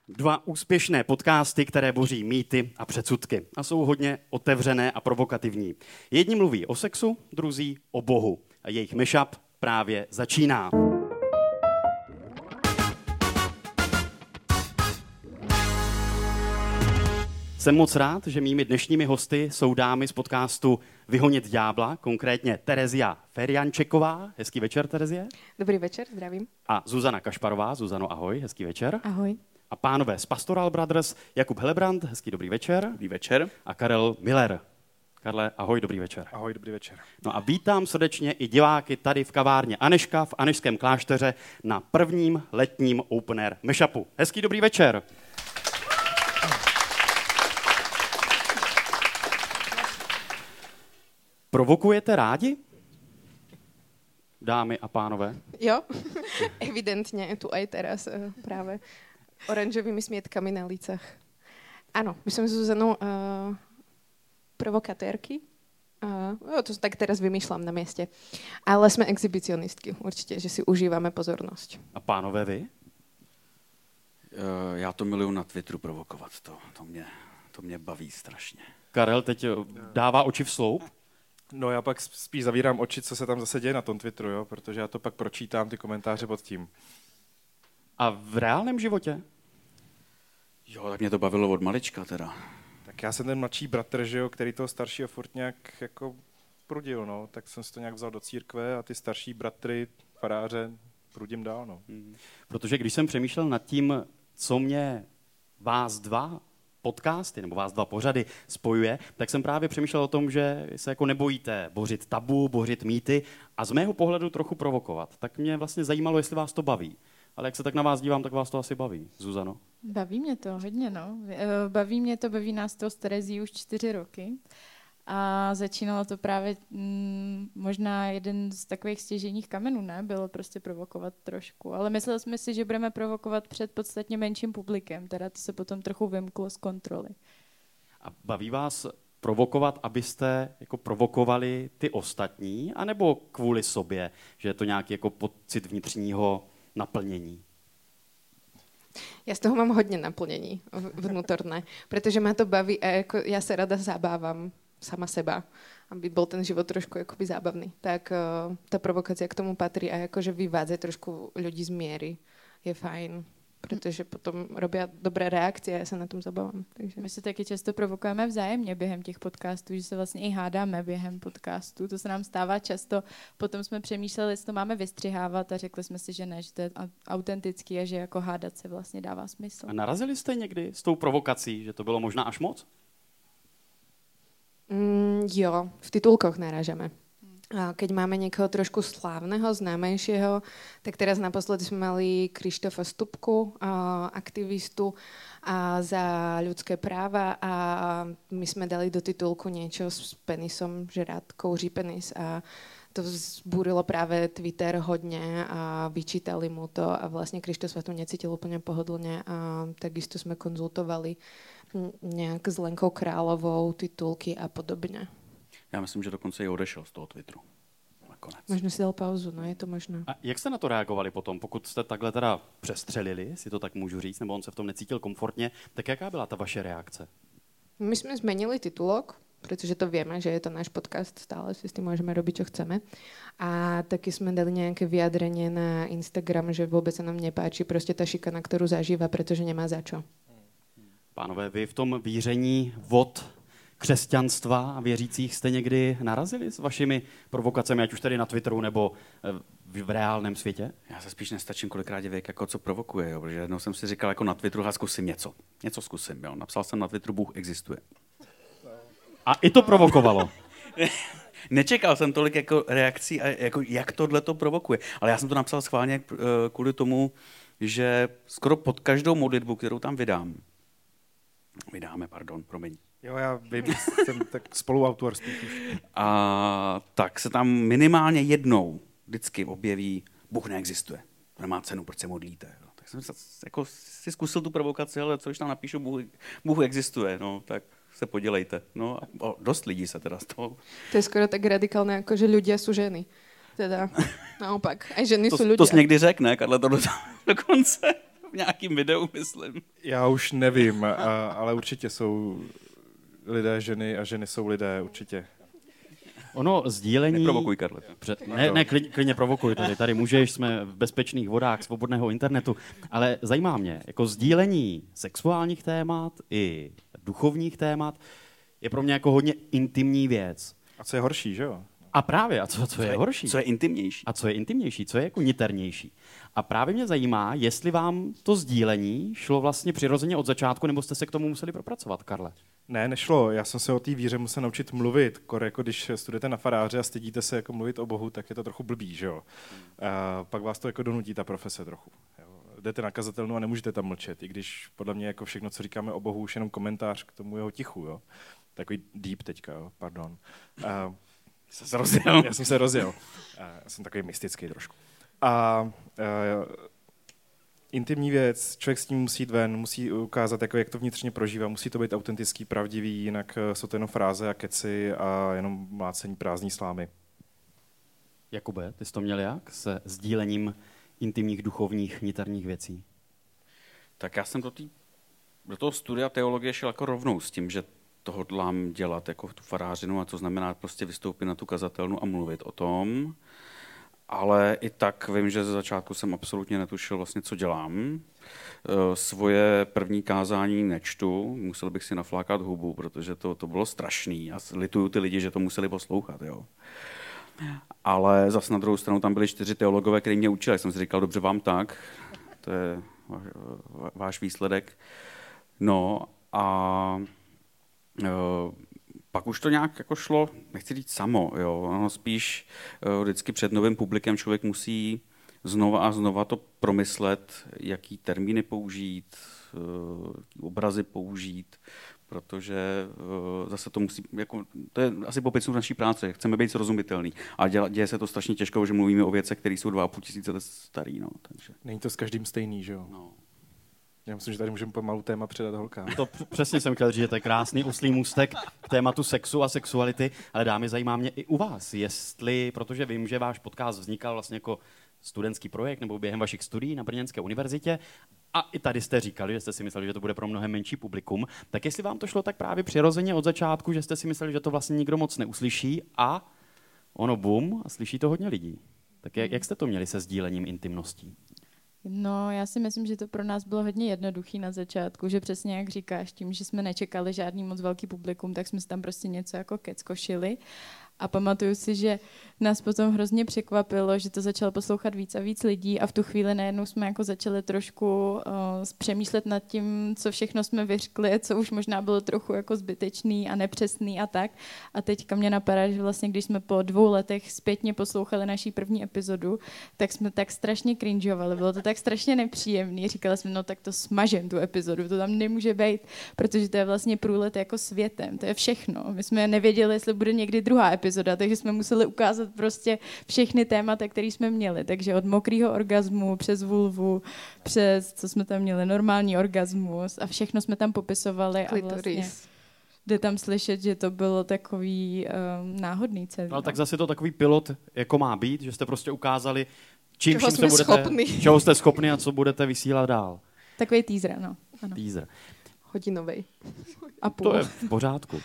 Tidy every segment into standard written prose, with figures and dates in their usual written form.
Dva úspěšné podcasty, které boří mýty a předsudky a jsou hodně otevřené a provokativní. Jedni mluví o sexu, druzí o Bohu. A jejich mashup právě začíná. Jsem moc rád, že mými dnešními hosty jsou dámy z podcastu Vyhonit ďábla, konkrétně Terezia Feriančeková. Hezký večer, Terezie. Dobrý večer, zdravím. A Zuzana Kašparová. Zuzano, ahoj, hezký večer. Ahoj. A pánové z Pastoral Brothers, Jakub Helebrant, hezký dobrý večer. Dobrý večer. A Karel Miller. Karle, ahoj, dobrý večer. Ahoj, dobrý večer. No a vítám srdečně i diváky tady v kavárně Aneška v Anešském klášteře na prvním letním Open Air mashupu. Hezký dobrý večer. Provokujete rádi? Dámy a pánové. Jo, evidentne tu aj teraz práve oranžovými smietkami na licách. Áno, my sme s Zuzanou provokatérky. To tak teraz vymýšľam na mieste. Ale sme exhibicionistky, určite, že si užívame pozornosť. A pánové vy? Já to miluju na Twitteru provokovat. To mě baví strašně. Karel teď dává oči v sloup. No já pak spíš zavírám oči, co se tam zase děje na tom Twitteru, jo? Protože já to pak pročítám, ty komentáře pod tím. A v reálném životě? Jo, tak mě to bavilo od malička teda. Tak já jsem ten mladší bratr, že jo, který toho staršího furt nějak jako prudil, no. Tak jsem si to nějak vzal do církve a ty starší bratry, faráře, prudím dál, no. Protože když jsem přemýšlel nad tím, co mě vás dva podcasty nebo vás dva pořady spojuje, tak jsem právě přemýšlel o tom, že se jako nebojíte bořit tabu, bořit mýty a z mého pohledu trochu provokovat. Tak mě vlastně zajímalo, jestli vás to baví. Ale jak se tak na vás dívám, tak vás to asi baví. Zuzano? Baví mě to hodně, no. Baví nás to s Terezí už 4 roky. A začínalo to právě možná jeden z takových stěžejních kamenů, ne? Bylo prostě provokovat trošku. Ale mysleli jsme si, že budeme provokovat před podstatně menším publikem. Teda to se potom trochu vymklo z kontroly. A baví vás provokovat, abyste jako provokovali ty ostatní, anebo kvůli sobě, že je to nějaký jako pocit vnitřního naplnění? Ja z toho mám hodne naplnení vnútorné, pretože ma to baví a jako ja sa rada zabávam sama seba, aby bol ten život trošku akoby zábavný. Tak tá provokácia k tomu patrí a akože vyvádzať trošku ľudí z miery je fajn, protože potom robia dobré reakcie a ja sa na tom zabávam. Takže... My se taky často provokujeme vzájemně během těch podcastů, že se vlastně i hádáme během podcastů. To se nám stává často. Potom jsme přemýšleli, jestli to máme vystřihávat a řekli jsme si, že ne, že to je autentický a že jako hádat se vlastně dává smysl. A narazili jste někdy s tou provokací, že to bylo možná až moc? Jo, v titulkoch narážame. Keď máme niekoho trošku slávneho, známejšieho, tak teraz naposledy sme mali Krištofa Stupku, aktivistu za ľudské práva a my sme dali do titulku niečo s penisom, že rád kouří penis a to vzbúrilo práve Twitter hodne a vyčítali mu to a vlastne Krištof sa tu necítil úplne pohodlne a takisto sme konzultovali nejak s Lenkou Královou titulky a podobne. Já myslím, že dokonce i odešel z toho Twitteru. Nakonec. Možno si dal pauzu, no je to možné. A jak jste na to reagovali potom, pokud jste takhle teda přestřelili, si to tak můžu říct, nebo on se v tom necítil komfortně, tak jaká byla ta vaše reakce? My sme zmenili titulok, pretože to vieme, že je to náš podcast, stále si s tým môžeme robiť, čo chceme. A taky sme dali nejaké vyjadrenie na Instagram, že vôbec sa nám nepáči proste tá šikana, ktorú zažíva, pretože nemá za čo. Pánové, vy v tom víření vod křesťanstva a věřících jste někdy narazili s vašimi provokacemi, ať už tady na Twitteru nebo v reálném světě? Já se spíš nestačím kolikrát divit, jako co provokuje, jo, protože jednou jsem si říkal jako na Twitteru, zkusím něco. Něco zkusím, jo. Napsal jsem na Twitteru, Bůh existuje. A i to provokovalo. Nečekal jsem tolik jako reakcí, a jako jak tohle to provokuje. Ale já jsem to napsal schválně kvůli tomu, že skoro pod každou modlitbu, kterou tam promiň. Jo, já vím, jsem tak spoluautor spíš už. A tak se tam minimálně jednou vždycky objeví, Bůh neexistuje. To nemá cenu, proč se modlíte. Jo. Tak jsem jako si zkusil tu provokaci, ale co když tam napíšu, Bůh existuje, no, tak se podělejte. No, dost lidí se teda z toho. To je skoro tak radikálne, ako že ľudia sú ženy. Teda naopak, aj ženy sú ľudia. To jsi někdy řekl, ne, Karle, to dokonce. v nějakým videu, myslím. Já už nevím, ale určitě jsou lidé, ženy a ženy jsou lidé, určitě. Ono sdílení... Neprovokuj, Karle. Ne, klidně provokuj. Tady můžeš, jsme v bezpečných vodách svobodného internetu. Ale zajímá mě, jako sdílení sexuálních témat i duchovních témat je pro mě jako hodně intimní věc. A co je horší, že jo? A právě, a co je horší? Co je intimnější? A co je intimnější, co je jako niternější. A právě mě zajímá, jestli vám to sdílení šlo vlastně přirozeně od začátku, nebo jste se k tomu museli propracovat, Karle? Ne, nešlo. Já jsem se o té víře musel naučit mluvit. Jako když studujete na faráře a stydíte se jako mluvit o Bohu, tak je to trochu blbý, že jo? Pak vás to jako donutí ta profese trochu. Jo? Jdete na kazatelnu a nemůžete tam mlčet, i když podle mě jako všechno, co říkáme o Bohu, už jenom komentář k tomu jeho tichu, jo? Takový deep teďka, jo? Pardon. Já jsem se rozjel. Já jsem takový mystický trošku. Intimní věc, člověk s tím musí jít ven, musí ukázat, jako, jak to vnitřně prožívá, musí to být autentický, pravdivý, jinak jsou to jenom fráze a keci a jenom mlácení prázdní slámy. Jakube, ty jsi to měl jak se sdílením intimních, duchovních, niterních věcí? Tak já jsem do toho studia teologie šel jako rovnou s tím, že to hodlám dělat jako tu farářinu a to znamená prostě vystoupit na tu kazatelnu a mluvit o tom. Ale i tak vím, že ze začátku jsem absolutně netušil vlastně, co dělám. Svoje první kázání nečtu, musel bych si naflákat hubu, protože to bylo strašný. Já lituju ty lidi, že to museli poslouchat. Jo. Ale zase na druhou stranu tam byli 4 teologové, kteří mě učili. Jsem si říkal, dobře vám tak, to je váš výsledek. No a pak už to nějak jako šlo, nechci říct samo, jo. Ono spíš vždycky před novým publikem člověk musí znova a znova to promyslet, jaký termíny použít, obrazy použít, protože zase to musí, jako, to je asi popis naší práce, chceme být srozumitelný. A děje se to strašně těžko, že mluvíme o věcech, které jsou 2,5 tisíce let starý. No, takže. Není to s každým stejný, že jo? No. Já myslím, že tady můžeme pomalu téma předat holkám. To přesně jsem chtěl říct, že to je krásný uslý můstek k tématu sexu a sexuality, ale dámy, zajímá mě i u vás, jestli, protože vím, že váš podcast vznikal vlastně jako studentský projekt nebo během vašich studií na Brněnské univerzitě a i tady jste říkali, že jste si mysleli, že to bude pro mnohem menší publikum, tak jestli vám to šlo tak právě přirozeně od začátku, že jste si mysleli, že to vlastně nikdo moc neuslyší a ono bum a slyší to hodně lidí. Tak jak jste to měli se sdílením intimností? No, já si myslím, že to pro nás bylo hodně jednoduchý na začátku, že přesně jak říkáš, tím, že jsme nečekali žádný moc velký publikum, tak jsme si tam prostě něco jako keckošili. A pamatuju si, že nás potom hrozně překvapilo, že to začalo poslouchat víc a víc lidí a v tu chvíli najednou jsme jako začali trošku přemýšlet nad tím, co všechno jsme vyřkli, co už možná bylo trochu jako zbytečný a nepřesný a tak. A teďka mě napadá, že vlastně když jsme po 2 letech zpětně poslouchali naší první epizodu, tak jsme tak strašně cringeovali, bylo to tak strašně nepříjemný. Říkali jsme, no tak to smažem tu epizodu, to tam nemůže být, protože to je vlastně průlet jako světem, to je všechno. My jsme nevěděli, jestli bude někdy druhá epizoda, takže jsme museli ukázat prostě všechny témata, které jsme měli. Takže od mokrýho orgazmu přes vulvu, přes, co jsme tam měli, normální orgasmus a všechno jsme tam popisovali. A vlastně jde tam slyšet, že to bylo takový náhodný celý. No, tak zase to takový pilot, jako má být, že jste prostě ukázali, čeho jste schopni a co budete vysílat dál. Takový teaser, no. Ano. Teaser. Hodinovej. A půl. To je v pořádku.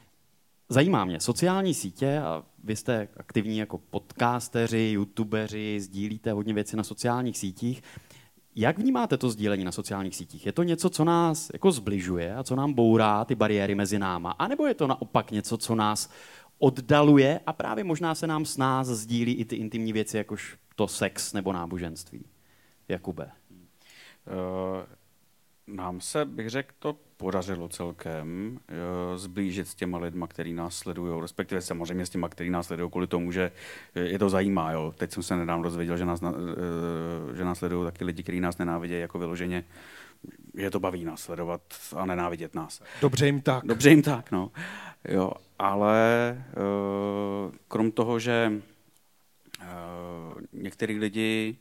Zajímá mě, sociální sítě, a vy jste aktivní jako podcasteři, youtubeři, sdílíte hodně věcí na sociálních sítích. Jak vnímáte to sdílení na sociálních sítích? Je to něco, co nás jako zbližuje a co nám bourá ty bariéry mezi náma? A nebo je to naopak něco, co nás oddaluje a právě možná se nám s nás sdílí i ty intimní věci, jakož to sex nebo náboženství? Jakube? Nám se, bych řekl, to podařilo celkem zblížit s těma lidma, který nás sledují, respektive samozřejmě s těma, který nás sledují kvůli tomu, že je to zajímá. Jo. Teď jsem se nedávno dozvěděl, že nás sledují taky lidi, kteří nás nenávidějí jako vyloženě, že to baví nás sledovat a nenávidět nás. Dobře jim tak. Dobře jim tak, no. Jo, ale krom toho, že některý lidi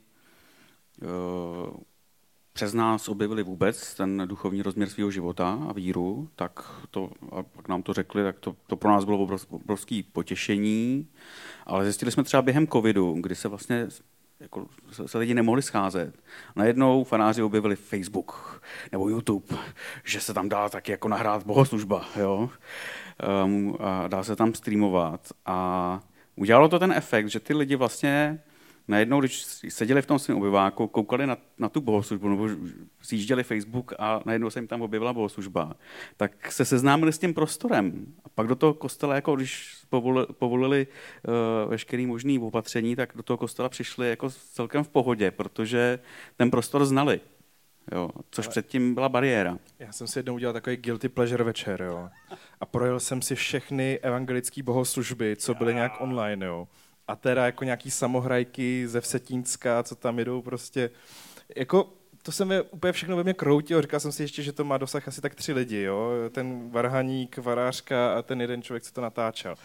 přes nás objevili vůbec ten duchovní rozměr svého života a víru, tak to, a pak nám to řekli, tak to pro nás bylo obrovské potěšení, ale zjistili jsme třeba během covidu, kdy se vlastně jako se lidi nemohli scházet. Najednou faráři objevili Facebook nebo YouTube, že se tam dá taky jako nahrát bohoslužba, jo? A dá se tam streamovat. A udělalo to ten efekt, že ty lidi vlastně najednou, když seděli v tom svém obyváku, koukali na tu bohoslužbu, nebo zjížděli Facebook a najednou se jim tam objevila bohoslužba, tak se seznámili s tím prostorem. A pak do toho kostela, jako když povolili veškerý možný opatření, tak do toho kostela přišli jako celkem v pohodě, protože ten prostor znali. Jo, což předtím byla bariéra. Já jsem si jednou udělal takový guilty pleasure večer, jo. A projel jsem si všechny evangelické bohoslužby, co byly nějak online, jo. A teda jako nějaký samohrajky ze Vsetínska, co tam jedou prostě, jako to se mi úplně všechno ve mě kroutilo, říkal jsem si ještě, že to má dosah asi tak 3 lidi, jo, ten varhaník, varářka a ten jeden člověk, co to natáčel.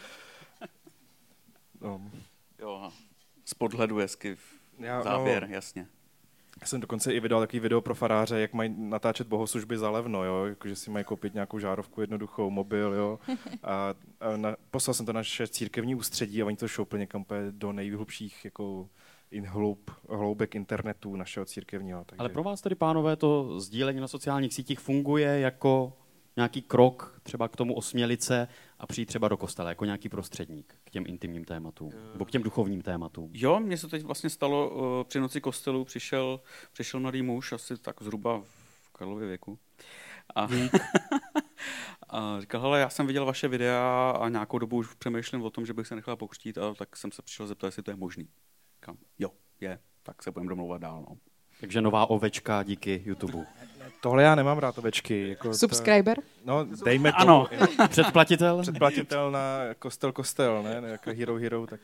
No. Jo, z podhledu hezky záběr, jasně. Já jsem dokonce i vydal takový video pro faráře, jak mají natáčet bohoslužby za levno, jo? Jako, že si mají koupit nějakou žárovku jednoduchou, mobil, jo? Poslal jsem to na naše církevní ústředí a oni to šoupli někam do nejhlubších jako hloubek internetu našeho církevního. Takže... Ale pro vás tedy, pánové, to sdílení na sociálních sítích funguje jako nějaký krok třeba k tomu osmělit se a přijít třeba do kostela, jako nějaký prostředník k těm intimním tématům, nebo k těm duchovním tématům. Jo, mně se teď vlastně stalo, při noci kostelu přišel mladý muž, asi tak zhruba v Karlově věku. A říkal, hele, já jsem viděl vaše videa a nějakou dobu už přemýšlím o tom, že bych se nechal pokřtít, a tak jsem se přišel zeptat, jestli to je možný. Říkám, jo, je, tak se budeme domlouvat dál. No. Takže nová ovečka díky YouTube. Tohle já nemám rád ovečky. Jako Subscriber? No, dejme to. Ano, předplatitel? Předplatitel na kostel, ne? Jako Hero, tak...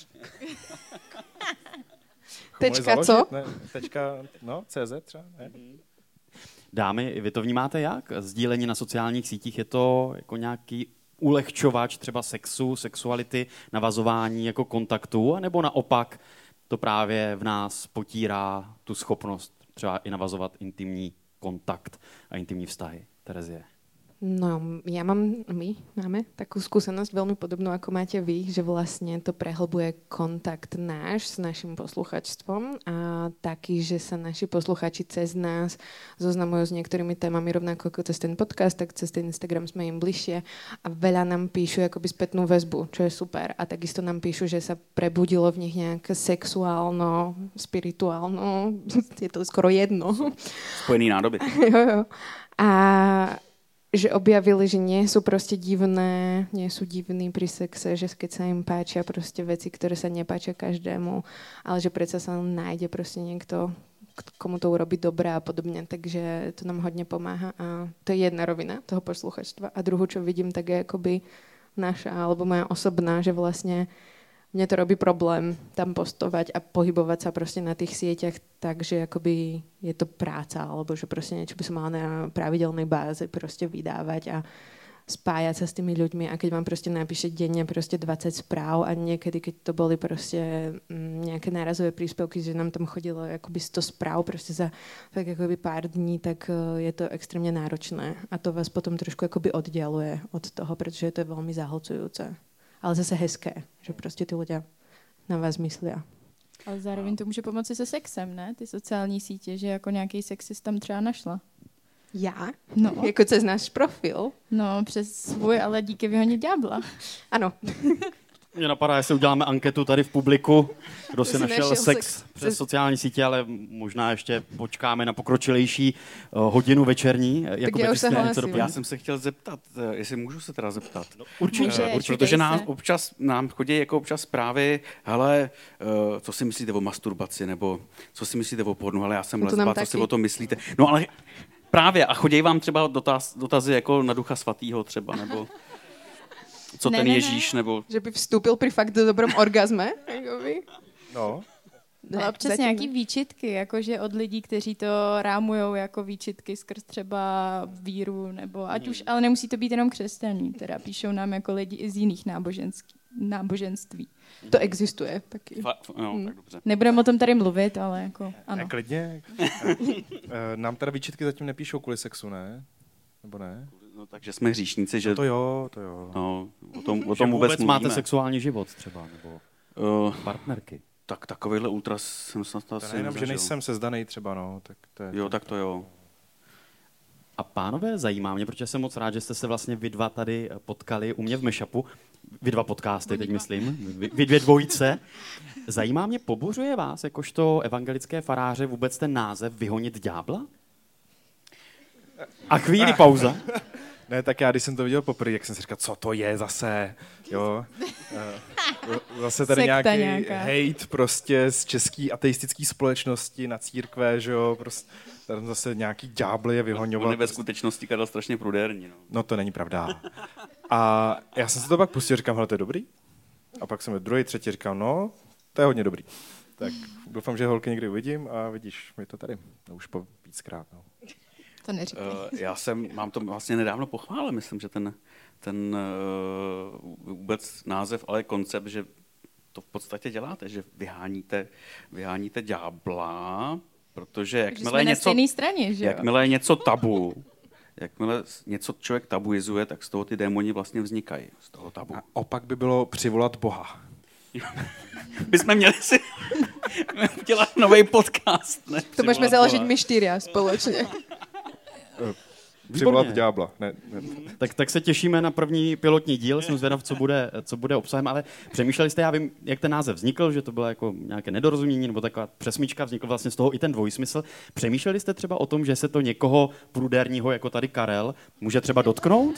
Tečka co? Ne? CZ třeba? Ne? Dámy, vy to vnímáte jak? Sdílení na sociálních sítích, je to jako nějaký ulehčovač třeba sexu, sexuality, navazování jako kontaktu, anebo naopak to právě v nás potírá tu schopnost třeba i navazovat intimní kontakt a intimní vztahy? Terezie. No, my máme takú skúsenosť veľmi podobnú, ako máte vy, že vlastne to prehlbuje kontakt náš s našim posluchačstvom a taký, že sa naši posluchači cez nás zoznamujú s niektorými témami rovnako ako cez ten podcast, tak cez ten Instagram sme im bližšie a veľa nám píšu akoby spätnú väzbu, čo je super. A takisto nám píšu, že sa prebudilo v nich nejaké sexuálno, spirituálno, je to skoro jedno. Spojený nádoby. Jo. A že objavili, že nie sú proste divné, nie sú divní pri sexe, že keď sa im páčia proste veci, ktoré sa nepáčia každému, ale že predsa sa nájde proste niekto, komu to urobí dobre a podobne, takže to nám hodne pomáha a to je jedna rovina toho posluchačstva. A druhú, čo vidím, tak je akoby naša, alebo moja osobná, že vlastne mne to robí problém tam postovať a pohybovať sa proste na tých sieťach tak, že akoby je to práca, alebo že proste niečo by som mala na pravidelnej báze proste vydávať a spájať sa s tými ľuďmi a keď vám proste napíše denne proste 20 správ a niekedy, keď to boli proste nejaké nárazové príspevky, že nám tam chodilo akoby 100 správ proste za tak akoby pár dní, tak je to extrémne náročné a to vás potom trošku akoby oddialuje od toho, pretože to je veľmi zahlcujúce. Ale zase hezké, že prostě ty ľudia na vás myslia. Ale zároveň to může pomoci se sexem, ne? Ty sociální sítě, že jako nějaký sexist tam třeba našla. Já? No. Jako cez náš profil? No, přes svůj, ale díky vyhonit ďábla. Ano. Mě napadá, jestli uděláme anketu tady v publiku, kdo si našel sex přes sociální sítě, ale možná ještě počkáme na pokročilejší hodinu večerní. Tak já už se hlasím. Já jsem se chtěl zeptat, jestli můžu se teda zeptat. No, určitě. Protože nám chodí jako občas zprávy, hele, co si myslíte o masturbaci, nebo co si myslíte o pornu, ale já jsem lesba, co si o tom myslíte. No ale právě, a chodí vám třeba dotazy jako na Ducha Svatýho třeba, nebo... Co ten Ježíš, nebo... Že by vstoupil pri fakt do dobrom orgazme? No. Ale občas nějaký výčitky, jakože od lidí, kteří to rámujou jako výčitky skrz třeba víru, nebo ať už, ale nemusí to být jenom křesťaní, teda píšou nám jako lidi i z jiných náboženství. To existuje taky. Tak dobře. Nebudeme o tom tady mluvit, ale jako ano. Klidně. Nám teda výčitky zatím nepíšou kvůli sexu, ne? Nebo ne? No, takže jsme hříšníci, že... No to jo. No, o tom vůbec máte sexuální život třeba, nebo partnerky. Tak takovýhle ultras jsem snad To asi nejenom, že nezažil. nejsem sezdanej třeba, no. Tak to je, Jo, tak to jo. A pánové, zajímá mě, protože jsem moc rád, že jste se vlastně vy dva tady potkali u mě v Mashupu. Vy dva podcasty, teď myslím. Vy dvě dvojice. Zajímá mě, pobořuje vás, jakožto evangelické faráře, vůbec ten název Vyhonit ďábla? A chvíli pauza. Ne, tak já, když jsem to viděl poprvé, jak jsem si říkal, co to je zase, jo. Zase tady Sekta nějaký nějaká. hejt prostě z české ateistické společnosti na církve, že jo, prostě tam zase nějaký ďábly je On vyhoňovat. je ve skutečnosti Karel strašně prudérní. No. No to není pravda. A já jsem se to pak pustil, říkám, hele, to je dobrý. A pak jsem druhý, třetí říkal, no, to je hodně dobrý. Tak doufám, že holky někdy uvidím a vidíš, je to tady. No, už po víckrát, no. To neříkej. Mám to vlastně nedávno pochválil, myslím, že ten vůbec název, ale koncept, že to v podstatě děláte, že vyháníte ďábla, protože Takže jsme na stejné straně, že jo? jakmile je něco tabu, jakmile něco člověk tabuizuje, tak z toho ty démoni vlastně vznikají, z toho tabu. A opak by bylo přivolat Boha. My jsme měli si udělat nový podcast. Ne? To môžeme založiť my 4 spoločne. Přivolat Výborně. ďábla. Ne. Tak se těšíme na první pilotní díl, jsem zvědav, co bude obsahem, ale přemýšleli jste, já vím, jak ten název vznikl, že to bylo jako nějaké nedorozumění nebo taková přesmíčka, vznikl vlastně z toho i ten dvojsmysl. Přemýšleli jste třeba o tom, že se to někoho prudérního, jako tady Karel, může třeba dotknout?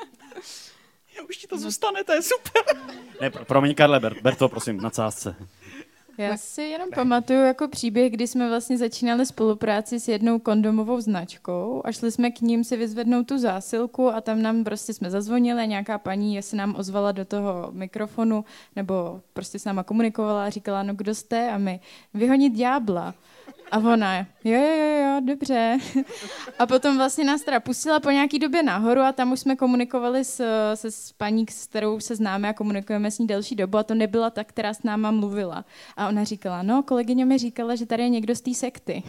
Už ti to zůstane, to je super. Ne, promiň Karle, ber to prosím na sázce. Já si jenom pamatuju jako příběh, kdy jsme vlastně začínali spolupráci s jednou kondomovou značkou a šli jsme k ním si vyzvednout tu zásilku a tam nám prostě jsme zazvonili a nějaká paní se nám ozvala do toho mikrofonu nebo prostě s náma komunikovala a říkala, no kdo jste? A my, vyhonit ďábla. A ona, jo, dobře. A potom vlastně nás teda pustila po nějaký době nahoru a tam už jsme komunikovali s paní, s kterou se známe a komunikujeme s ní delší dobu a to nebyla ta, která s náma mluvila. A ona říkala, no, kolegyně mi říkala, že tady je někdo z té sekty.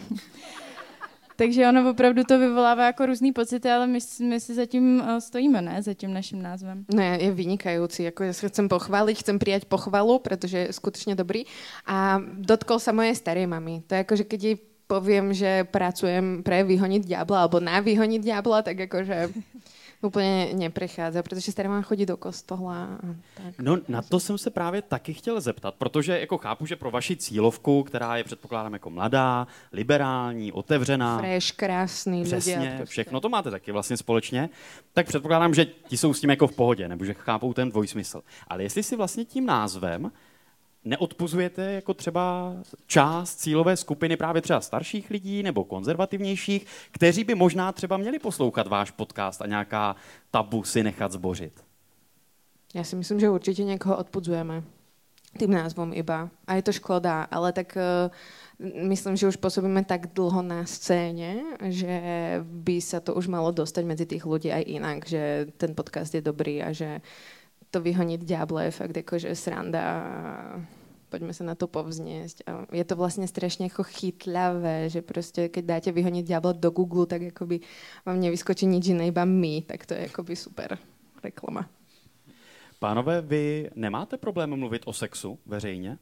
Takže ono opravdu to vyvolává jako různý pocity, ale my si zatím stojíme, ne? Za tím naším názvem. No je vynikajúci, ako ja sa chcem pochváliť, chcem prijať pochvalu, pretože je skutočne dobrý. A dotkol sa mojej starej mamy. To je ako, že keď jej poviem, že pracujem pre Vyhoniť ďábla alebo na Vyhoniť ďábla, tak akože úplně neprechádza, protože stará mama chodí do kostola. A tak. No na to jsem se právě taky chtěl zeptat, protože jako chápu, že pro vaši cílovku, která je předpokládám jako mladá, liberální, otevřená, Fresh, krásný ľudia. přesně, prostě. všechno to máte taky vlastně společně, tak předpokládám, že ti jsou s tím jako v pohodě, nebo že chápou ten dvojsmysl. Ale jestli si vlastně tím názvem neodpuzujete jako třeba část cílové skupiny právě třeba starších lidí nebo konzervativnějších, kteří by možná třeba měli poslouchat váš podcast a nějaká tabu si nechat zbořit? Ja si myslím, že určite niekoho odpudzujeme tým názvom iba. A je to škoda, ale tak myslím, že už pôsobíme tak dlho na scéne, že by sa to už malo dostať medzi tých ľudí aj inak, že ten podcast je dobrý a že to Vyhoniť ďábla je fakt akože sranda a poďme sa na to povzniesť. A je to vlastne strašne ako chytľavé, že proste keď dáte Vyhoniť ďábla do Google, tak akoby vám nevyskočí nič iné, iba my, tak to je akoby super reklama. Pánové, vy nemáte problém mluvit o sexu veřejně?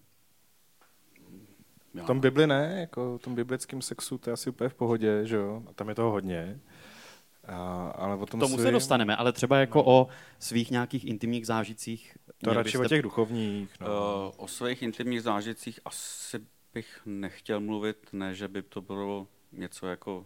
V tom Bibli ne, jako v tom biblickém sexu to je asi úplně v pohodě, že jo, a tam je toho hodně. Ale o tom K tomu se dostaneme, ale třeba jako o svých nějakých intimních zážitcích. To radši o těch duchovních. No. O svých intimních zážitcích asi bych nechtěl mluvit, ne, že by to bylo něco jako...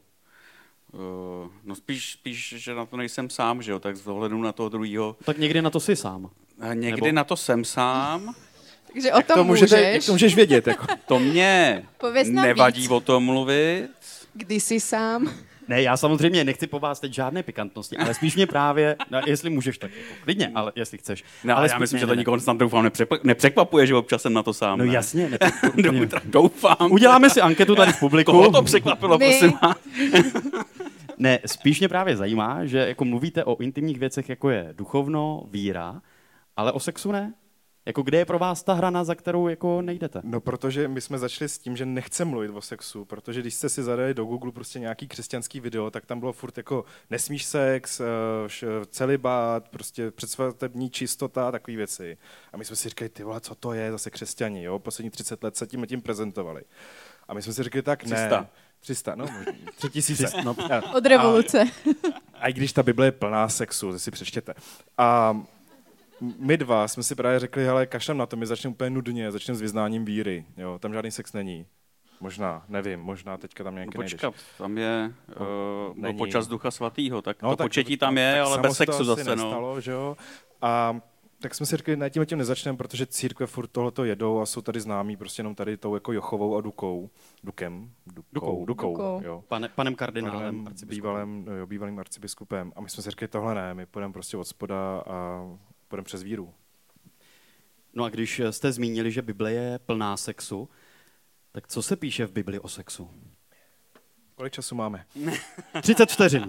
no spíš, že na to nejsem sám, že jo, tak z ohledu na toho druhýho. Tak někdy na to jsi sám. Někdy na to jsem sám. Takže o tom můžeš. Jak to můžeš vědět? Jako? To mě Pověz nám nevadí víc. o tom mluvit. Kdy jsi sám? Ne, já samozřejmě nechci po vás teď žádné pikantnosti, ale spíš mě právě, no, jestli můžeš, tak jako klidně, ale jestli chceš. No, ale ale já myslím, že to nikoho snad doufám nepřekvapuje, že občas jsem na to sám. No ne? jasně. Doufám. Uděláme si anketu tady v publiku. Koho to překvapilo, prosím vás? Ne, spíš mě právě zajímá, že jako mluvíte o intimních věcech, jako je duchovno, víra, ale o sexu ne? Jako kde je pro vás ta hrana, za kterou jako nejdete? No, protože my jsme začali s tím, že nechceme mluvit o sexu, protože když jste si zadali do Google prostě nějaký křesťanský video, tak tam bylo furt jako nesmíš sex, celibát, prostě předsvatební čistota, takové věci. A my jsme si říkali, ty vole, co to je, zase křesťani, jo? Poslední 30 let se tím prezentovali. A my jsme si řekli, tak 300, no, 3000. No. Od revoluce. A i když ta Bible je plná sexu, to si přečtěte. A my dva jsme si právě řekli, hele, kašlem na to, my začneme úplně nudně, začneme s vyznáním víry. Jo, tam žádný sex není. Možná, nevím, možná teďka tam nějaký nejdeš. Počkat, tam je počas Ducha Svatýho, tak no, to početí tam je, ale bez sexu zase. Nestalo, že jo? A tak jsme si řekli, ne, tím nezačneme, protože církve furt tohleto jedou a jsou tady známí prostě jenom tady tou jako Jochovou a Dukou. Jo. Panem kardinálem, bývalým arcibiskupem. A my jsme si řekli, tohle ne, my půjdeme prostě od spoda a půjdeme přes víru. No a když jste zmínili, že Bible je plná sexu, tak co se píše v Bibli o sexu? Kolik času máme? 30 vteřin.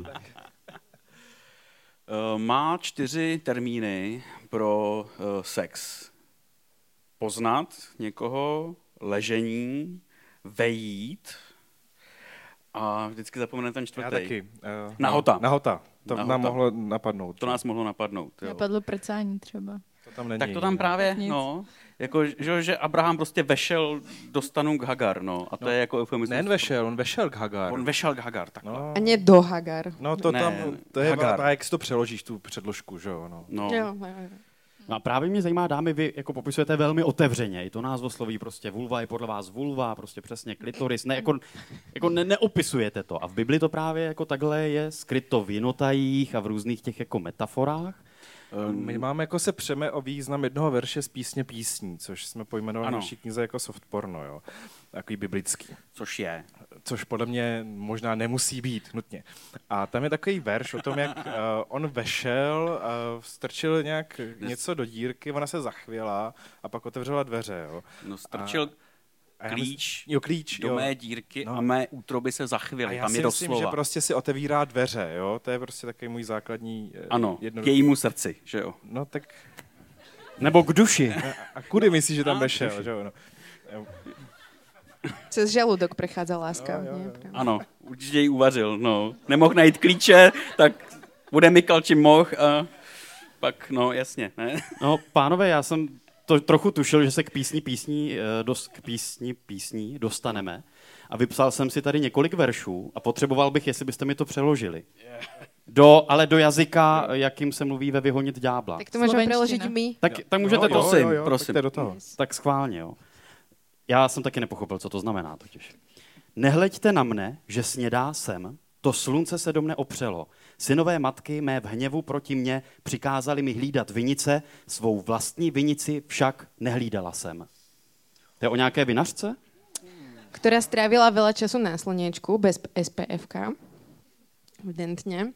Má 4 termíny pro sex. Poznat někoho, ležení, vejít a vždycky zapomene ten 4. Já taky. Nahota. To nám mohlo napadnout. To nás mohlo napadnout. Jo. Napadlo prcání třeba. To tam není. Tak to tam právě, no, jako, že Abraham prostě vešel do stanu k Hagar, no, a to je jako eufemismus. Nejen vešel, on vešel k Hagar. On vešel k Hagar, takhle. No. A nie do Hagar. No to Ne, tam, to je Hagar. jak si to přeložíš, tu předložku, že jo, no. No. Jo. No a právě mě zajímá, dámy, vy jako popisujete velmi otevřeně. I to názvosloví prostě vulva je podle vás vulva, prostě přesně klitoris. Ne, neopisujete to. A v Bibli to právě jako takhle je skryto v jinotajích a v různých těch jako metaforách. My máme jako se přeme o význam jednoho verše z písně písní, což jsme pojmenovali v naší knize jako soft porno, jo. Takový biblický. Což podle mě možná nemusí být nutně. A tam je takový verš o tom, jak on vešel, strčil nějak něco do dírky, ona se zachvěla a pak otevřela dveře, jo. No strčil klíč do mé dírky a mé útroby se zachvěly. Tam je doslova. Myslím, že prostě si otevírá dveře, jo. To je prostě takový můj základní k jejímu srdci, že jo. No tak... Nebo k duši. A kudy myslíš, že tam vešel, že jo. No. Cez žaludok prechádza láska. Jo. Ano, určitě ji uvařil, no. Nemohl najít klíče, tak bude mykal, čím mohl a pak, no jasně, ne? No, pánové, já jsem to trochu tušil, že se k písní dostaneme a vypsal jsem si tady několik veršů a potřeboval bych, jestli byste mi to přeložili. Ale do jazyka, jakým se mluví ve Vyhonit ďábla. Tak to můžeme přeložit my. Tak můžete to. Prosím. Tak do toho. Tak schválně, jo. Já jsem taky nepochopil, co to znamená totiž. Nehleďte na mne, že snědá jsem, to slunce se do mne opřelo. Synové matky mé v hněvu proti mně přikázali mi hlídat vinice, svou vlastní vinici však nehlídala jsem. To je o nějaké vinařce? Ktorá strávila veľa času na slniečku, bez SPF-ka, evidentne,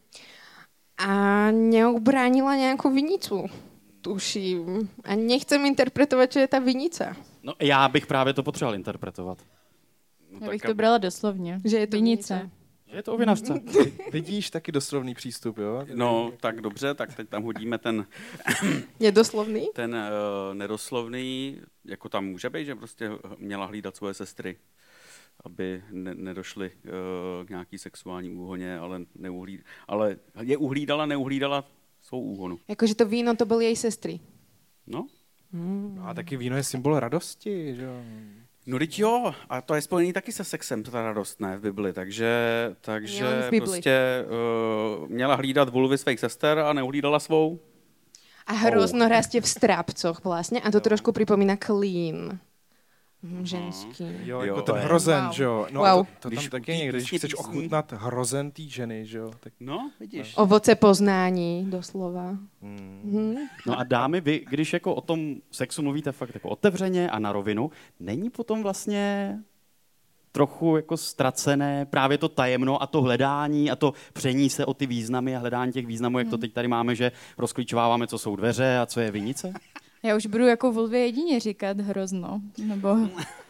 a neobránila nejakú vinicu, tuším. A nechcem interpretovať, čo je tá vinica. No, já bych právě to potřeboval interpretovat. Já bych to brala doslovně. Že je to vinice. Že je to o vinařce. Vidíš, taky doslovný přístup, jo? No, tak dobře, tak teď tam hodíme ten... Nedoslovný? Ten nedoslovný, jako tam může být, že prostě měla hlídat svoje sestry, aby nedošly k nějaký sexuální úhoně, ale je neuhlídala svou úhonu. Jakože to víno, to byly její sestry. No. A taky víno je symbol radosti, že jo? No teď jo, a to je spojený taky se sexem, ta radost, ne, v Bibli, takže prostě měla hlídat vulvy svých sester a neuhlídala svou. A hrozno rastie v strápcoch vlastne a to trošku pripomína klín. Ženský. Jo, jako ten hrozen, že jo. No wow. to tam taky někdy, když chceš ochutnat hrozen té ženy, že jo. Tak... No, vidíš. Ovoce poznání, doslova. No a dámy, vy, když jako o tom sexu mluvíte fakt jako otevřeně a na rovinu, není potom vlastně trochu jako ztracené právě to tajemno a to hledání a to pření se o ty významy a hledání těch významů, jak to teď tady máme, že rozklíčováváme, co jsou dveře a co je vinice? Já už budu jako Vulvě jedině říkat hrozno, nebo...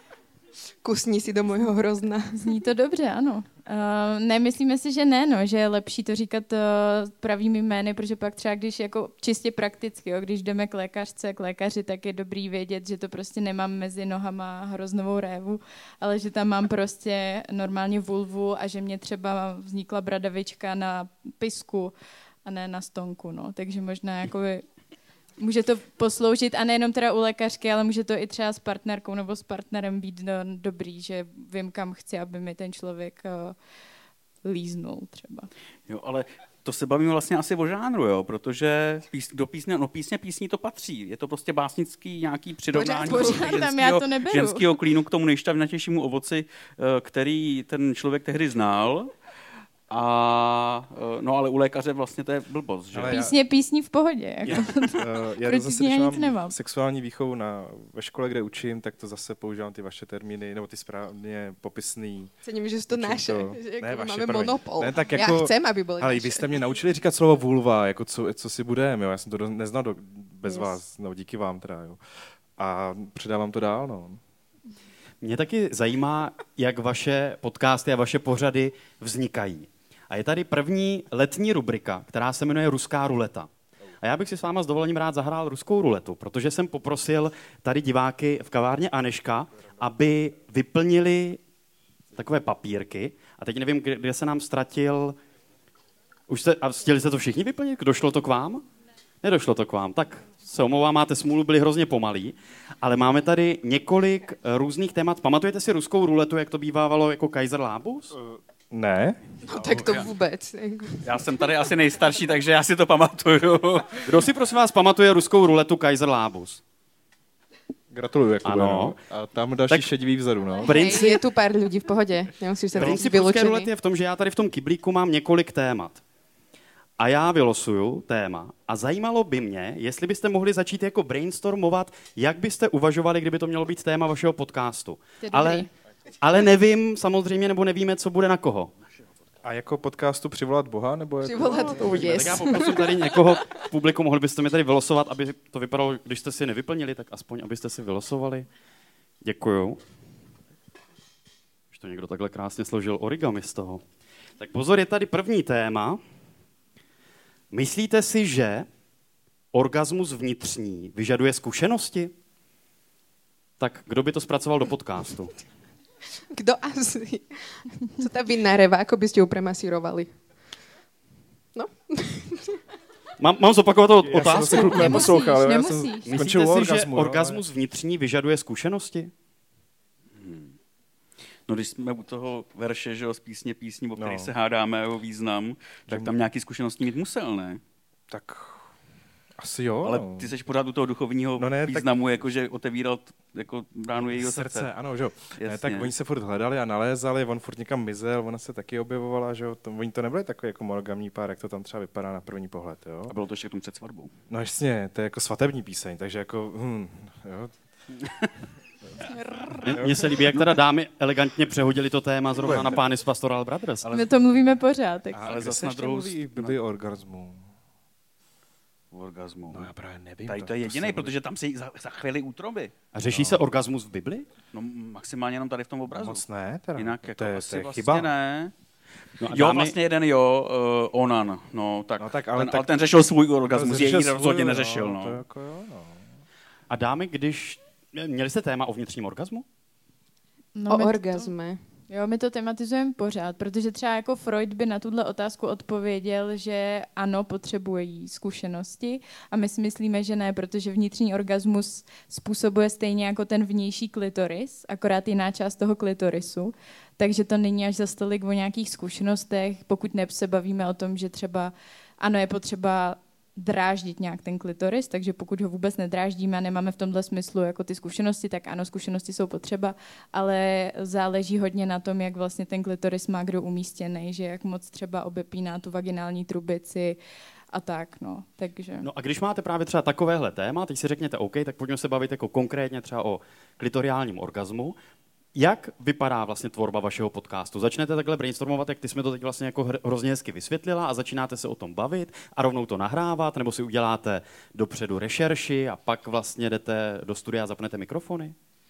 Kusni si do môjho hrozna. Zní to dobře, ano. Nemyslíme si, že ne, no, že je lepší to říkat pravými jmény, protože pak třeba když jako čistě prakticky, jo, když jdeme k lékařce, k lékaři, tak je dobrý vědět, že to prostě nemám mezi nohama hroznovou révu, ale že tam mám prostě normálně vulvu a že mě třeba vznikla bradavička na pisku a ne na stonku, no. Takže možná jako může to posloužit a nejenom teda u lékařky, ale může to i třeba s partnerkou nebo s partnerem být dobrý, že vím, kam chci, aby mi ten člověk líznul třeba. Jo, ale to se bavíme vlastně asi o žánru, jo, protože do písní to patří. Je to prostě básnický nějaký přirovnání ženského klínu k tomu nejštavnatějšímu ovoci, který ten člověk tehdy znal. No ale u lékaře vlastně to je blbost, že? Písní v pohodě. Jako. Já zase, když mám sexuální výchovu ve škole, kde učím, tak to zase používám ty vaše termíny, nebo ty správně popisný. Cením, že to naše, že ne, máme monopol. Ne, tak jako, já chcem, aby byly ale naše. vy jste mě naučili říkat slovo vulva, jako co si budeme, jo? Já jsem to neznal bez vás, no díky vám teda, jo. A předávám to dál, no. Mě taky zajímá, jak vaše podcasty a vaše pořady vznikají. A je tady první letní rubrika, která se jmenuje Ruská ruleta. A já bych si s váma s dovolením rád zahrál ruskou ruletu, protože jsem poprosil tady diváky v kavárně Aneška, aby vyplnili takové papírky. A teď nevím, kde se nám ztratil. A chtěli jste to všichni vyplnit? Došlo to k vám? Nedošlo to k vám. Tak se omlouvám, máte smůlu, byli hrozně pomalí. Ale máme tady několik různých témat. Pamatujete si ruskou ruletu, jak to bývávalo jako Kaiser Lábus? Ne. No tak to vůbec. Já jsem tady asi nejstarší, takže já si to pamatuju. Kdo si prosím vás pamatuje ruskou ruletu Kaiser Lábus? Gratuluju, Jakube. Ano. A tam další šedivý vzadu, no. Je tu pár lidí v pohodě. Nemusíš se Princip ruské rulety je v tom, že já tady v tom kyblíku mám několik témat. A já vylosuju téma a zajímalo by mě, jestli byste mohli začít jako brainstormovat, jak byste uvažovali, kdyby to mělo být téma vašeho podcastu. Ale nevím samozřejmě, nebo nevíme, co bude na koho. A jako podcastu přivolat Boha? Nebo jako... Přivolat, Tak já poprosím tady někoho v publiku, mohli byste mi tady vylosovat, aby to vypadalo, když jste si nevyplnili, tak aspoň, abyste si vylosovali. Děkuju. Už to někdo takhle krásně složil origami z toho. Tak pozor, je tady první téma. Myslíte si, že orgasmus vnitřní vyžaduje zkušenosti? Tak kdo by to zpracoval do podcastu? Kdo asi? Co ta vinná reva, ako by ste ju premasírovali? No. Mám zopakovat otázku? Nemusíš. Myslíte si, že orgasmus vnitřní vyžaduje zkušenosti? No když jsme u toho verše, že jo, z písní, o který se hádáme o význam, tak tam nějaký zkušenosti mít musel, ne? Tak asi jo. Ale ty seš pořád u toho duchovního významu, tak... jakože otevíral jako bránu jejího srdce. Ano, že jo. Ne, tak oni se furt hledali a nalézali, on furt někam mizel, ona se taky objevovala, že jo. Oni to nebyli takový jako monogamní pár, jak to tam třeba vypadá na první pohled, jo. A bylo to ještě k tomu před svatbou. No jasně, to je jako svatební píseň, takže jako, jo. Mně se líbí, jak teda dámy elegantně přehodili to téma zrovna na pány z Pastoral Brothers. My to mluvíme pořád. Tak. Ale zase na druhou mluví v Biblii o orgasmu. Orgasmu. No já právě nevím. Tady to je jediný, protože tam se za chvíli útroby. A řeší se orgasmus v Bibli? No maximálně jenom tady v tom obrazu. Moc ne, teda. Jinak jako to je vlastně chyba. Ne. No jo, vlastně jeden Onan. No tak, ale ten řešil svůj orgasmus, její rozhodně neřešil. No. To jako jo, no. A dámy, měli jste téma o vnitřním orgasmu? No, o orgasme. Jo, my to tematizujeme pořád, protože třeba jako Freud by na tuhle otázku odpověděl, že ano, potřebují zkušenosti a my si myslíme, že ne, protože vnitřní orgasmus způsobuje stejně jako ten vnější klitoris, akorát jiná část toho klitorisu, takže to není až za stolik o nějakých zkušenostech, pokud se bavíme o tom, že třeba ano, je potřeba dráždit nějak ten klitoris, takže pokud ho vůbec nedráždíme a nemáme v tomhle smyslu jako ty zkušenosti, tak ano, zkušenosti jsou potřeba, ale záleží hodně na tom, jak vlastně ten klitoris má kdo umístěný, že jak moc třeba obepíná tu vaginální trubici a tak, no. Takže... No a když máte právě třeba takovéhle téma, teď si řekněte OK, tak pojďme se bavit jako konkrétně třeba o klitoriálním orgazmu. Jak vypadá vlastně tvorba vašeho podcastu? Začnete takhle brainstormovat, jak ty jsme to teď vlastně jako hrozně hezky vysvětlila a začínáte se o tom bavit a rovnou to nahrávat, nebo si uděláte dopředu rešerši a pak vlastně jdete do studia a zapnete mikrofony?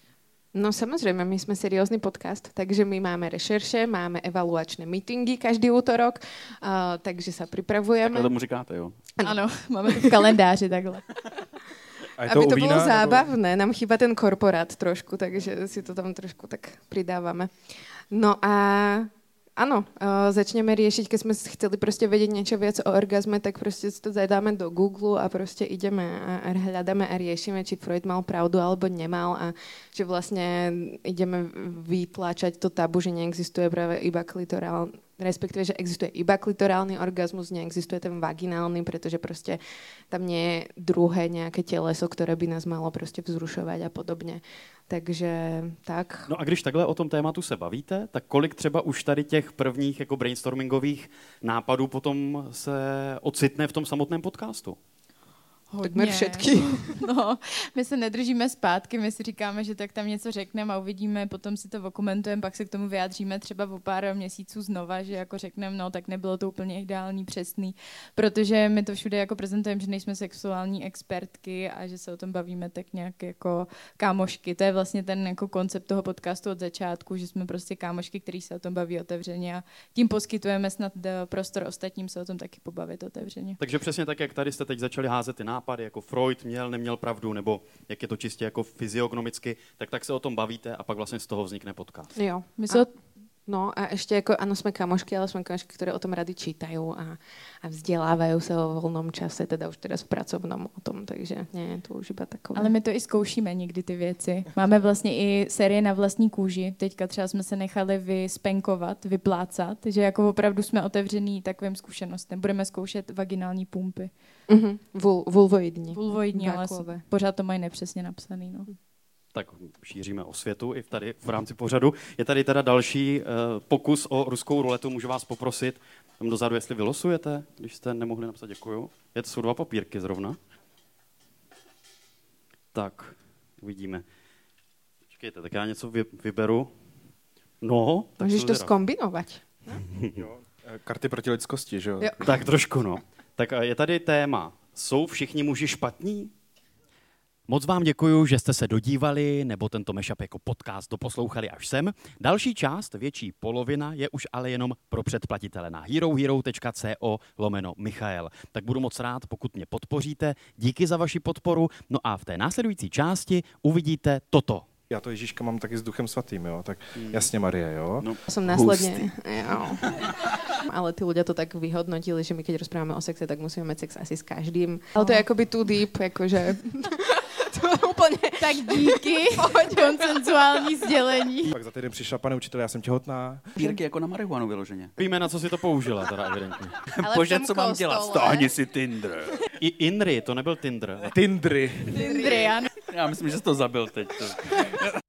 No samozrejme, my sme seriózny podcast, takže my máme rešerše, máme evaluačné meetingy každý útorok, takže sa pripravujeme. Takhle tomu říkáte, jo? Ano, máme to v kalendáři takhle. A je Aby to u vína, bolo nebo- zábavné, nám chýba ten korporát trošku, takže si to tam trošku tak pridávame. No a áno, začneme riešiť, keď sme chceli proste vedieť niečo viac o orgazme, tak proste si to zadáme do Google a proste ideme a hľadáme a riešime, či Freud mal pravdu alebo nemal a že vlastne ideme vytláčať to tabu, že neexistuje práve iba klitorál, respektíve, že existuje iba klitorálny orgazmus, neexistuje ten vaginálny, pretože proste tam nie je druhé nejaké teleso, ktoré by nás malo proste vzrušovať a podobne. Takže tak. No a když takhle o tom tématu se bavíte, tak kolik třeba už tady těch prvních jako brainstormingových nápadů potom se ocitne v tom samotném podcastu? Takmer všetky. No, my se nedržíme zpátky, my si říkáme, že tak tam něco řekneme a uvidíme, potom si to okomentujeme, pak se k tomu vyjádříme třeba o pár měsíců znova, že jako řekneme, no tak nebylo to úplně ideální, přesný, protože my to všude jako prezentujeme, že nejsme sexuální expertky a že se o tom bavíme tak nějak jako kámošky. To je vlastně ten jako koncept toho podcastu od začátku, že jsme prostě kámošky, který se o tom baví otevřeně a tím poskytujeme snad prostor ostatním se o tom taky pobavit otevřeně. Takže přesně tak, jak tady jste teď začali házet ty nápady, jako Freud měl, neměl pravdu, nebo jak je to čistě jako fyziognomicky, tak se o tom bavíte a pak vlastně z toho vznikne podcast. Jo. My se No a ešte ako, áno, sme kamošky, ale sme kamošky, ktoré o tom rady čítajú a vzdelávajú sa vo voľnom čase, teda už teraz v pracovnom o tom, takže nie je to už iba takové. Ale my to i zkoušíme někdy ty věci. Máme vlastně i série na vlastní kůži. Teďka třeba jsme se nechali vyspenkovat, vyplácat, že jako opravdu jsme otevřený takovým zkušenostem. Budeme zkoušet vaginální pumpy. Vulvoidní. Vulvoidní, ale Vákuové. pořád to mají nepřesně napsaný. No. Tak šíříme osvětu i tady v rámci pořadu. Je tady teda další pokus o ruskou ruletu. Můžu vás poprosit tam dozadu, jestli vylosujete, když jste nemohli napsat, děkuju. To jsou 2 papírky zrovna. Tak, uvidíme. Počkejte, tak já něco vyberu. No, tak Můžeš jsem to zvědav. zkombinovať. Jo, karty proti lidskosti, že jo? Jo. Tak trošku, no. Tak je tady téma. Jsou všichni muži špatní? Moc vám děkuju, že jste se dodívali nebo tento mashup jako podcast doposlouchali až sem. Další část, větší polovina, je už ale jenom pro předplatitele na herohero.co/Michael. Tak budu moc rád, pokud mě podpoříte. Díky za vaši podporu. No a v té následující části uvidíte toto. Já to Ježíška mám taky s Duchem Svatým, jo? Tak jasně Marie, jo? No, Som následne... Jo. Ale tí ľudia to tak vyhodnotili, že my keď rozprávame o sexe, tak musíme mať sex asi s každým. Ale to je akoby too deep, akože... To je úplne... Tak díky, konsenzuální sdělení. Pak za týden přišla, pane učitel, já jsem těhotná. Pírky jako na marihuanu vyloženě. Víme, na co si to použila, teda evidentně. Ale Bože, v tom co mám dělat? kostole. Stáhni si Tinder. I Inri, to nebyl Tinder. Tindry. Adrian. Já myslím, že jsi to zabil teď.